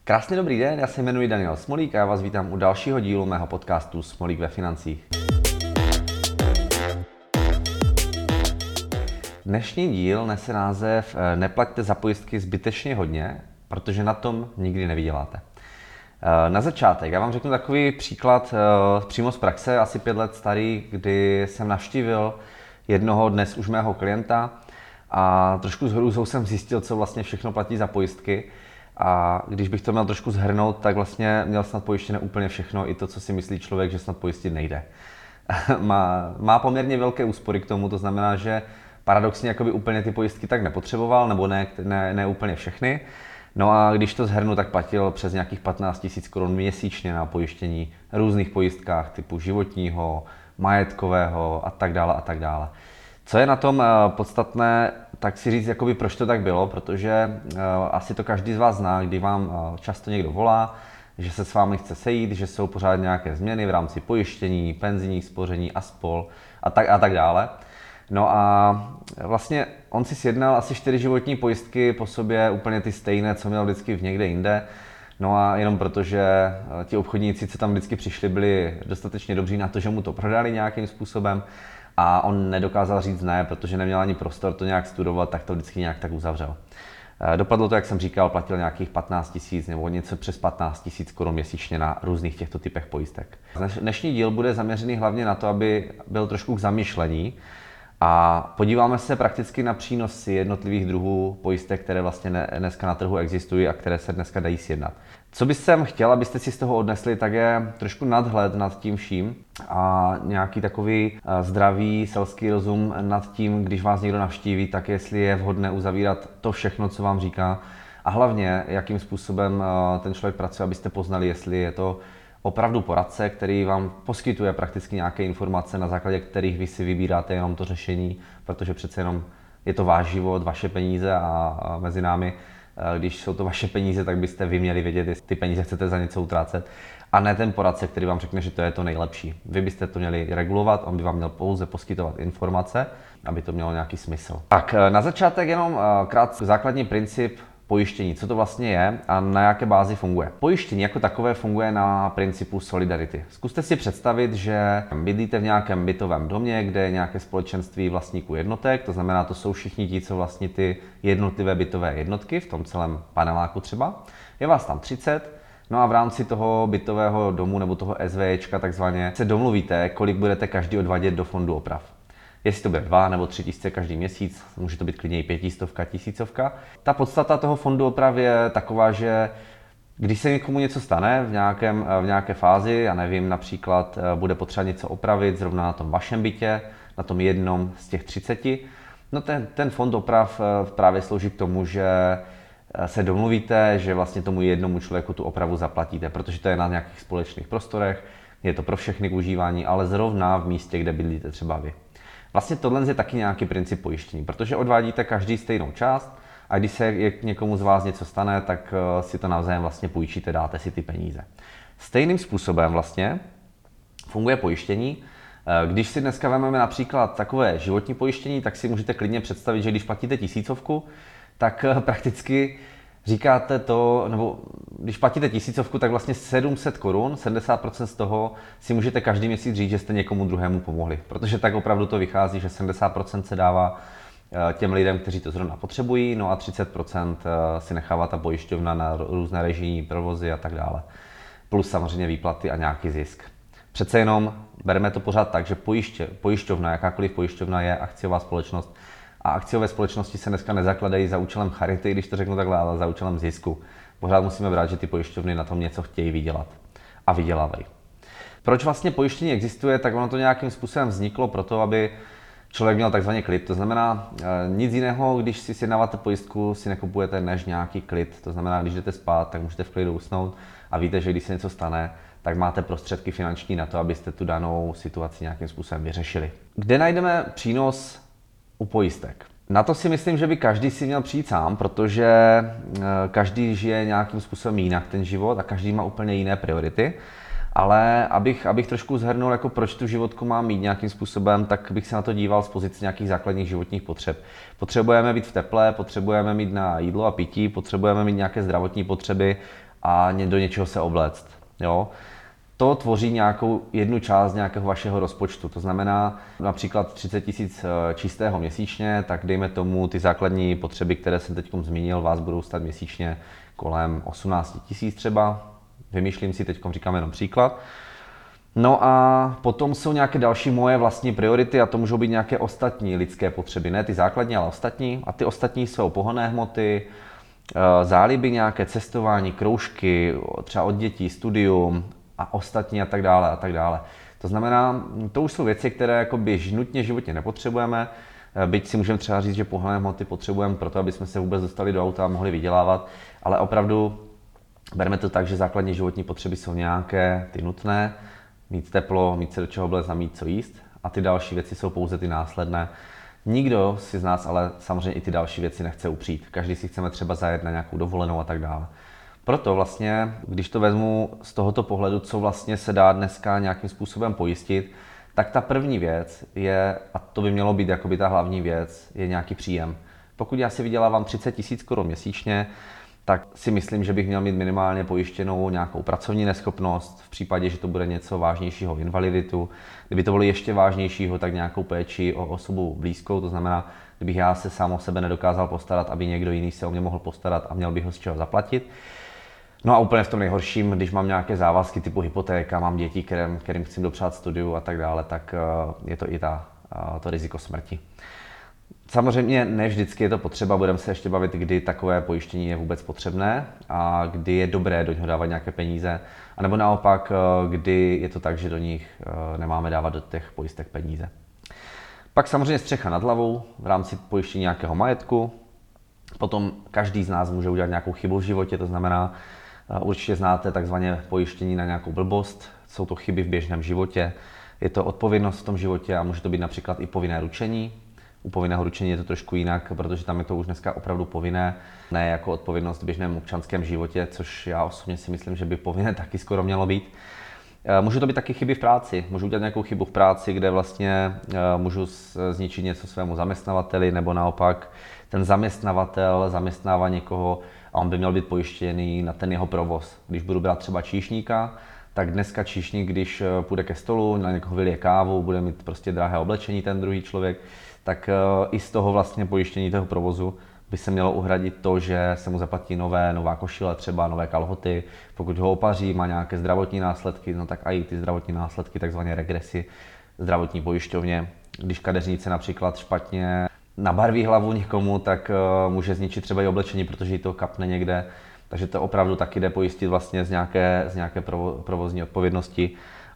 Krásný dobrý den, já se jmenuji Daniel Smolík a já vás vítám u dalšího dílu mého podcastu Smolík ve financích. Dnešní díl nese název Neplaťte za pojistky zbytečně hodně, protože na tom nikdy nevyděláte. Na začátek, já vám řeknu takový příklad přímo z praxe, asi 5 let starý, kdy jsem navštívil jednoho dnes už mého klienta a trošku s hrůzou jsem zjistil, co vlastně všechno platí za pojistky. A když bych to měl trošku shrnout, tak vlastně měl snad pojištěné úplně všechno, i to, co si myslí člověk, že snad pojistit nejde. má poměrně velké úspory k tomu, to znamená, že paradoxně jakoby úplně ty pojistky tak nepotřeboval, nebo ne úplně všechny. No a když to shrnu, tak platil přes nějakých 15 000 korun měsíčně na pojištění různých pojistkách typu životního, majetkového a tak dále a tak dále. Co je na tom podstatné, tak si říct, jakoby, proč to tak bylo, protože asi to každý z vás zná, kdy vám často někdo volá, že se s vámi chce sejít, že jsou pořád nějaké změny v rámci pojištění, penzijních spoření a spol a tak dále. No a vlastně on si sjednal asi 4 životní pojistky po sobě, úplně ty stejné, co měl vždycky v někde jinde. No a jenom protože ti obchodníci, co tam vždycky přišli, byli dostatečně dobří na to, že mu to prodali nějakým způsobem a on nedokázal říct ne, protože neměl ani prostor to nějak studovat, tak to vždycky nějak tak uzavřel. Dopadlo to, jak jsem říkal, platil nějakých 15 000 nebo něco přes 15 000 korun měsíčně na různých těchto typech pojistek. Dnešní díl bude zaměřený hlavně na to, aby byl trošku k zamyšlení a podíváme se prakticky na přínosy jednotlivých druhů pojistek, které vlastně dneska na trhu existují a které se dneska dají sjednat. Co bych chtěl, abyste si z toho odnesli, tak je trošku nadhled nad tím vším a nějaký takový zdravý selský rozum nad tím, když vás někdo navštíví, tak jestli je vhodné uzavírat to všechno, co vám říká a hlavně, jakým způsobem ten člověk pracuje, abyste poznali, jestli je to opravdu poradce, který vám poskytuje prakticky nějaké informace, na základě kterých vy si vybíráte jenom to řešení, protože přece jenom je to váš život, vaše peníze a mezi námi, když jsou to vaše peníze, tak byste vy měli vědět, jestli ty peníze chcete za něco utrácet a ne ten poradce, který vám řekne, že to je to nejlepší. Vy byste to měli regulovat, on by vám měl pouze poskytovat informace, aby to mělo nějaký smysl. Tak na začátek jenom základní princip pojištění, co to vlastně je a na jaké bázi funguje. Pojištění jako takové funguje na principu solidarity. Zkuste si představit, že bydlíte v nějakém bytovém domě, kde je nějaké společenství vlastníků jednotek, to znamená, to jsou všichni ti, co vlastní ty jednotlivé bytové jednotky v tom celém paneláku třeba. Je vás tam 30, no a v rámci toho bytového domu nebo toho SVčka takzvaně se domluvíte, kolik budete každý odvádět do fondu oprav. Jestli to bude 2 nebo 3 tisíce každý měsíc, může to být klidně i 500, 1000. Ta podstata toho fondu oprav je taková, že když se někomu něco stane v nějaké fázi, já nevím, například bude potřeba něco opravit zrovna na tom vašem bytě, na tom jednom z těch 30, no ten fond oprav právě slouží k tomu, že se domluvíte, že vlastně tomu jednomu člověku tu opravu zaplatíte, protože to je na nějakých společných prostorech, je to pro všechny k užívání, ale zrovna v místě, kde bydlíte třeba vy. Vlastně tohle je taky nějaký princip pojištění, protože odvádíte každý stejnou část a když se někomu z vás něco stane, tak si to navzájem vlastně půjčíte, dáte si ty peníze. Stejným způsobem vlastně funguje pojištění. Když si dneska vezmeme například takové životní pojištění, tak si můžete klidně představit, že když platíte 1000, tak prakticky říkáte to, nebo když platíte 1000, tak vlastně 700 korun, 70% z toho si můžete každý měsíc říct, že jste někomu druhému pomohli. Protože tak opravdu to vychází, že 70% se dává těm lidem, kteří to zrovna potřebují, no a 30% si nechává ta pojišťovna na různé režijní provozy a tak dále. Plus samozřejmě výplaty a nějaký zisk. Přece jenom bereme to pořád tak, že pojišťovna, jakákoliv pojišťovna je akciová společnost, a akciové společnosti se dneska nezakladají za účelem charity, když to řeknu takhle, ale za účelem zisku. Pořád musíme brát, že ty pojišťovny na tom něco chtějí vydělat. A vydělávají. Proč vlastně pojištění existuje, tak ono to nějakým způsobem vzniklo proto, aby člověk měl takzvaný klid. To znamená, nic jiného, když si sjednáváte pojistku, si nekupujete než nějaký klid. To znamená, když jdete spát, tak můžete v klidu usnout a víte, že když se něco stane, tak máte prostředky finanční na to, abyste tu danou situaci nějakým způsobem vyřešili. Kde najdeme přínos u pojistek? Na to si myslím, že by každý si měl přijít sám, protože každý žije nějakým způsobem jinak ten život a každý má úplně jiné priority. Ale abych trošku shrnul, jako proč tu životku mám mít nějakým způsobem, tak bych se na to díval z pozice nějakých základních životních potřeb. Potřebujeme být v teple, potřebujeme mít na jídlo a pití, potřebujeme mít nějaké zdravotní potřeby a do něčeho se obléct. Jo? To tvoří nějakou jednu část nějakého vašeho rozpočtu. To znamená například 30 tisíc čistého měsíčně, tak dejme tomu ty základní potřeby, které jsem teď zmínil, vás budou stát měsíčně kolem 18 tisíc třeba. Vymýšlím si, teď říkám jenom příklad. No a potom jsou nějaké další moje vlastní priority a to můžou být nějaké ostatní lidské potřeby. Ne ty základní, ale ostatní. A ty ostatní jsou pohonné hmoty, záliby, nějaké cestování, kroužky, třeba od dětí, studium a ostatní a tak dále a tak dále. To znamená, to už jsou věci, které jakoby nutně životně nepotřebujeme, byť si můžeme třeba říct, že pohonné hmoty potřebujeme proto, aby jsme se vůbec dostali do auta a mohli vydělávat, ale opravdu bereme to tak, že základní životní potřeby jsou nějaké, ty nutné, mít teplo, mít se do čeho obléct a mít co jíst a ty další věci jsou pouze ty následné. Nikdo si z nás ale samozřejmě i ty další věci nechce upřít. Každý si chceme třeba zajet na nějakou dovolenou a tak dále. Proto vlastně, když to vezmu z tohoto pohledu, co vlastně se dá dneska nějakým způsobem pojistit, tak ta první věc je, a to by mělo být jakoby ta hlavní věc, je nějaký příjem. Pokud já si vydělávám 30 tisíc korun měsíčně, tak si myslím, že bych měl mít minimálně pojištěnou nějakou pracovní neschopnost, v případě, že to bude něco vážnějšího, invaliditu. Kdyby to bylo ještě vážnějšího, tak nějakou péči o osobu blízkou, to znamená, kdybych já se sám o sebe nedokázal postarat, aby někdo jiný se o mě mohl postarat a měl bych ho z čeho zaplatit. No a úplně v tom nejhorším, když mám nějaké závazky typu hypotéka, mám děti, kterým chci dopřát studiu a tak dále, tak je to i to riziko smrti. Samozřejmě ne vždycky je to potřeba, budeme se ještě bavit, kdy takové pojištění je vůbec potřebné a kdy je dobré do něho dávat nějaké peníze, anebo naopak, kdy je to tak, že do nich nemáme dávat do těch pojistek peníze. Pak samozřejmě střecha nad hlavou v rámci pojištění nějakého majetku. Potom každý z nás může udělat nějakou chybu v životě, to znamená, určitě znáte takzvané pojištění na nějakou blbost, jsou to chyby v běžném životě, je to odpovědnost v tom životě a může to být například i povinné ručení. U povinného ručení je to trošku jinak, protože tam je to už dneska opravdu povinné, ne jako odpovědnost v běžném občanském životě, což já osobně si myslím, že by povinné taky skoro mělo být. Můžou to být taky chyby v práci. Můžu udělat nějakou chybu v práci, kde vlastně můžu zničit něco svému zaměstnavateli, nebo naopak ten zaměstnavatel zaměstnává někoho a on by měl být pojištěný na ten jeho provoz. Když budu brát třeba číšníka, tak dneska číšník, když půjde ke stolu, na někoho vylije kávu, bude mít prostě drahé oblečení ten druhý člověk, tak i z toho vlastně pojištění toho provozu by se mělo uhradit to, že se mu zaplatí nová košile, třeba nové kalhoty. Pokud ho opaří, má nějaké zdravotní následky, no tak i ty zdravotní následky, takzvané regresy zdravotní pojišťovně. Když kadeřnice například špatně nabarví hlavu někomu, tak může zničit třeba i oblečení, protože jí to kapne někde. Takže to opravdu taky jde pojistit vlastně z nějaké provozní odpovědnosti.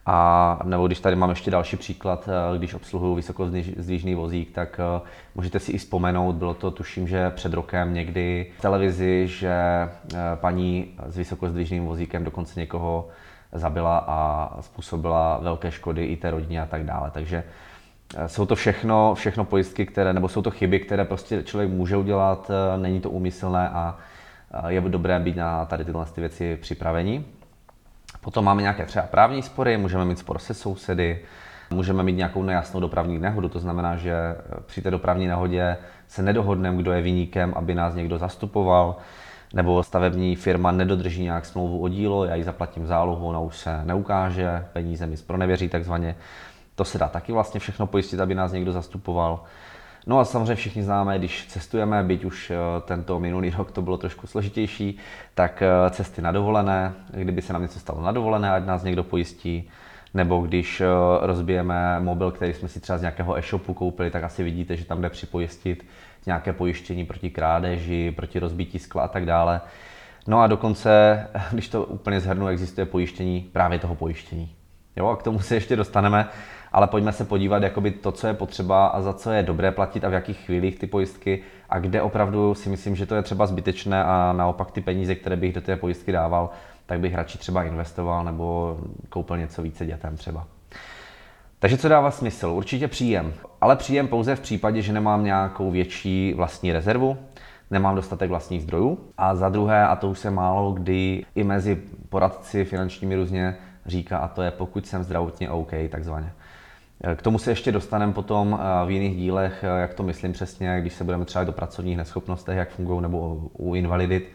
A nebo když tady mám ještě další příklad, když obsluhuju vysokozdvižný vozík, tak můžete si i vzpomenout, bylo to tuším, že před rokem někdy v televizi, že paní s vysokozdvižným vozíkem dokonce někoho zabila a způsobila velké škody i té rodině a tak dále. Takže jsou to všechno pojistky, nebo jsou to chyby, které prostě člověk může udělat, není to úmyslné a je dobré být na tady tyhle věci připraveni. Potom máme nějaké třeba právní spory, můžeme mít spor se sousedy, můžeme mít nějakou nejasnou dopravní nehodu, to znamená, že při té dopravní nehodě se nedohodneme, kdo je viníkem, aby nás někdo zastupoval, nebo stavební firma nedodrží nějak smlouvu o dílo, já ji zaplatím zálohu, ona už se neukáže, peníze mi zpronevěří takzvaně. To se dá taky vlastně všechno pojistit, aby nás někdo zastupoval. No a samozřejmě všichni známe, když cestujeme, byť už tento minulý rok to bylo trošku složitější, tak cesty na dovolené, kdyby se nám něco stalo na dovolené, ať nás někdo pojistí, nebo když rozbijeme mobil, který jsme si třeba z nějakého e-shopu koupili, tak asi vidíte, že tam jde připojistit nějaké pojištění proti krádeži, proti rozbití skla a tak dále. No a dokonce, když to úplně shrnu, existuje pojištění právě toho pojištění. Jo, a k tomu se ještě dostaneme, ale pojďme se podívat jakoby to, co je potřeba a za co je dobré platit a v jakých chvílích ty pojistky a kde opravdu si myslím, že to je třeba zbytečné a naopak ty peníze, které bych do té pojistky dával, tak bych radši třeba investoval nebo koupil něco více dětem třeba. Takže co dává smysl? Určitě příjem, ale příjem pouze v případě, že nemám nějakou větší vlastní rezervu, nemám dostatek vlastních zdrojů a za druhé, a to už se málo kdy i mezi poradci finančními různě říká, a to je pokud jsem zdravotně OK, takzvaně. K tomu se ještě dostaneme potom v jiných dílech, jak to myslím přesně, když se budeme třeba do pracovních neschopnostech, jak fungují, nebo u invalidit,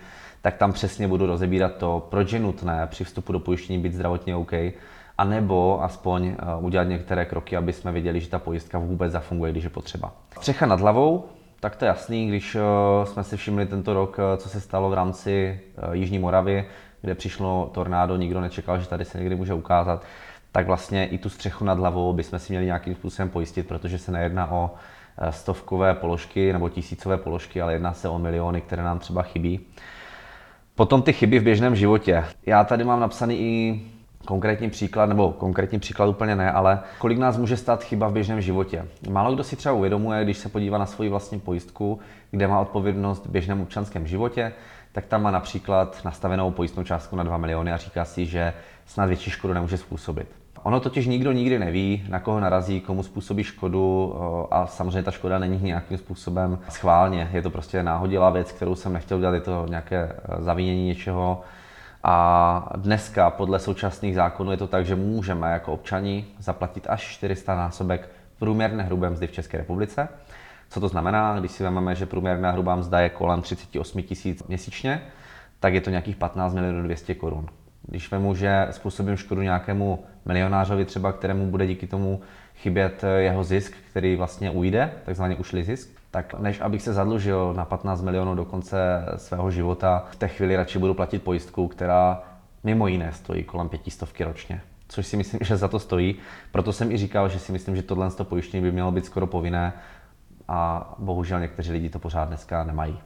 tak tam přesně budu rozebírat to, proč je nutné při vstupu do pojištění být zdravotně OK, a nebo aspoň udělat některé kroky, aby jsme věděli, že ta pojistka vůbec zafunguje, když je potřeba. Střecha nad hlavou, tak to je jasný, když jsme si všimli tento rok, co se stalo v rámci Jižní Moravy, kde přišlo tornádo, nikdo nečekal, že tady se někdy může ukázat, tak vlastně i tu střechu nad hlavou bychom si měli nějakým způsobem pojistit, protože se nejedná o stovkové položky nebo tisícové položky, ale jedná se o miliony, které nám třeba chybí. Potom ty chyby v běžném životě. Já tady mám napsaný i konkrétní příklad, nebo konkrétní příklad úplně ne, ale kolik nás může stát chyba v běžném životě. Málo kdo si třeba uvědomuje, když se podívá na svoji vlastní pojistku, kde má odpovědnost v běžném občanském životě, tak tam má například nastavenou pojistnou částku na 2 miliony a říká si, že snad větší škodu nemůže způsobit. Ono totiž nikdo nikdy neví, na koho narazí, komu způsobí škodu, a samozřejmě ta škoda není nějakým způsobem schválně. Je to prostě náhodilá věc, kterou jsem nechtěl dělat, je to nějaké zavinění něčeho. A dneska podle současných zákonů je to tak, že můžeme jako občani zaplatit až 400 násobek průměrné hrubé mzdy v České republice. Co to znamená? Když si vezmeme, že průměrná hrubá mzda je kolem 38 000 měsíčně, tak je to nějakých 15 200 000 korun. Když vemu, že způsobím škodu nějakému milionářovi třeba, kterému bude díky tomu chybět jeho zisk, který vlastně ujde, takzvaně ušlý zisk, tak než abych se zadlužil na 15 milionů do konce svého života, v té chvíli radši budu platit pojistku, která mimo jiné stojí kolem 500 ročně. Což si myslím, že za to stojí. Proto jsem i říkal, že si myslím, že tohle pojištění by mělo být skoro povinné a bohužel někteří lidi to pořád dneska nemají.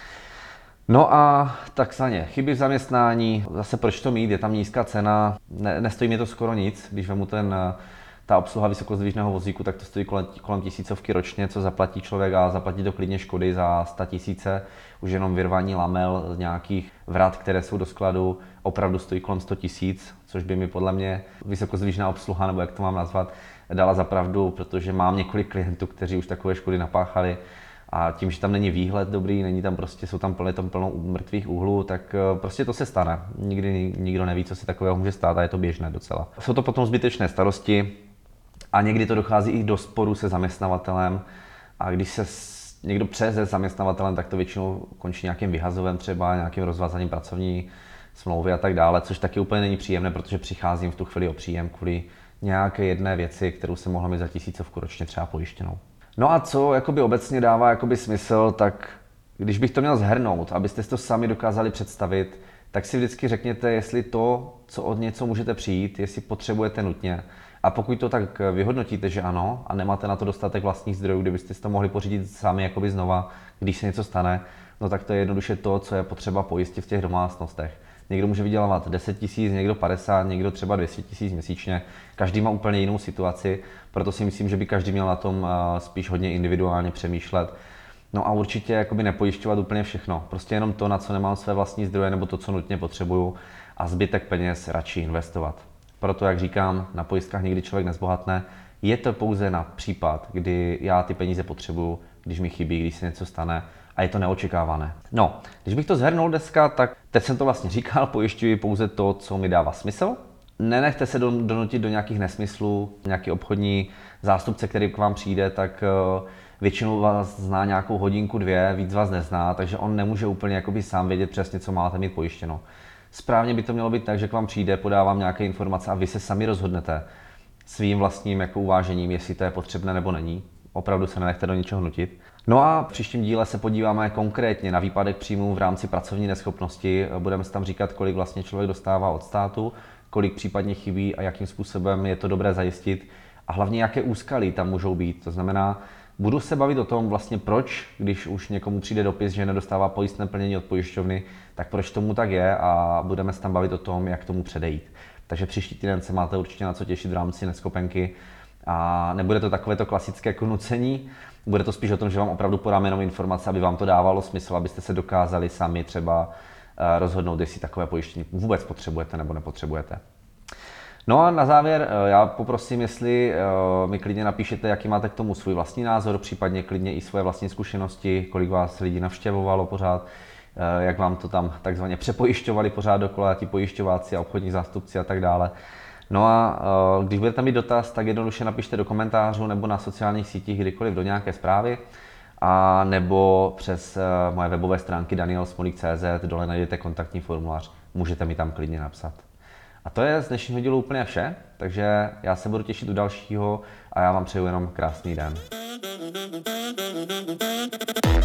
No a takzvaně chyby v zaměstnání, zase proč to mít, je tam nízká cena, nestojí mi to skoro nic, když vemu ta obsluha vysokozdvižného vozíku, tak to stojí kolem tisícovky ročně, co zaplatí člověk, a zaplatí to klidně škody za 100 000, už jenom vyrvání lamel z nějakých vrat, které jsou do skladu, opravdu stojí kolem 100 000, což by mi podle mě vysokozdvižná obsluha, nebo jak to mám nazvat, dala za pravdu, protože mám několik klientů, kteří už takové škody napáchali. A tím, že tam není výhled dobrý, jsou tam plno mrtvých úhlů, tak prostě to se stane. Nikdy nikdo neví, co se takového může stát, a je to běžné docela. Jsou to potom zbytečné starosti a někdy to dochází i do sporu se zaměstnavatelem, a když se někdo přeze zaměstnavatelem, tak to většinou končí nějakým vyhazovem, třeba nějakým rozvázaním pracovní smlouvy a tak dále, což taky úplně není příjemné, protože přicházím v tu chvíli o příjem kvůli nějaké jedné věci, kterou jsem mohl mít za 1000 ročně třeba pojištěnou. No a co jakoby obecně dává jakoby smysl, tak když bych to měl shrnout, abyste si to sami dokázali představit, tak si vždycky řekněte, jestli to, co od něco můžete přijít, jestli potřebujete nutně. A pokud to tak vyhodnotíte, že ano, a nemáte na to dostatek vlastních zdrojů, kdybyste si to mohli pořídit sami jakoby znova, když se něco stane, no tak to je jednoduše to, co je potřeba pojistit v těch domácnostech. Někdo může vydělávat 10 000, někdo 50, někdo třeba 200 000 měsíčně. Každý má úplně jinou situaci, proto si myslím, že by každý měl na tom spíš hodně individuálně přemýšlet. No a určitě jakoby nepojišťovat úplně všechno. Prostě jenom to, na co nemám své vlastní zdroje, nebo to, co nutně potřebuju, a zbytek peněz radši investovat. Proto, jak říkám, na pojistkách nikdy člověk nezbohatne. Je to pouze na případ, kdy já ty peníze potřebuju, když mi chybí, když se něco stane, a je to neočekávané. No, když bych to shrnul dneska, tak teď jsem to vlastně říkal, pojišťuji pouze to, co mi dává smysl. Nenechte se donutit do nějakých nesmyslů. Nějaký obchodní zástupce, který k vám přijde, tak většinou vás zná nějakou hodinku, dvě, víc vás nezná, takže on nemůže úplně jakoby sám vědět přesně, co máte mít pojištěno. Správně by to mělo být tak, že k vám přijde, podávám nějaké informace a vy se sami rozhodnete svým vlastním jako uvážením, jestli to je potřebné nebo není. Opravdu se nenechte do ničeho nutit. No a v příštím díle se podíváme konkrétně na výpadek příjmů v rámci pracovní neschopnosti. Budeme si tam říkat, kolik vlastně člověk dostává od státu, kolik případně chybí a jakým způsobem je to dobré zajistit, a hlavně jaké úskalí tam můžou být. To znamená, budu se bavit o tom vlastně proč, když už někomu přijde dopis, že nedostává pojistné plnění od pojišťovny, tak proč tomu tak je, a budeme se tam bavit o tom, jak tomu předejít. Takže příští týden se máte určitě na co těšit v rámci neschopenky. A nebude to takovéto klasické nucení, bude to spíš o tom, že vám opravdu podám jenom informace, aby vám to dávalo smysl, abyste se dokázali sami třeba rozhodnout, jestli takové pojištění vůbec potřebujete nebo nepotřebujete. No a na závěr já poprosím, jestli mi klidně napíšete, jaký máte k tomu svůj vlastní názor, případně klidně i svoje vlastní zkušenosti, kolik vás lidí navštěvovalo pořád, jak vám to tam takzvaně přepojišťovali pořád dokola ti pojišťováci a obchodní zástupci a tak dále. No a když budete mít dotaz, tak jednoduše napište do komentářů nebo na sociálních sítích kdykoliv do nějaké zprávy a nebo přes moje webové stránky danielsmolik.cz, dole najdete kontaktní formulář, můžete mi tam klidně napsat. A to je z dnešního dílu úplně vše, takže já se budu těšit u dalšího a já vám přeju jenom krásný den.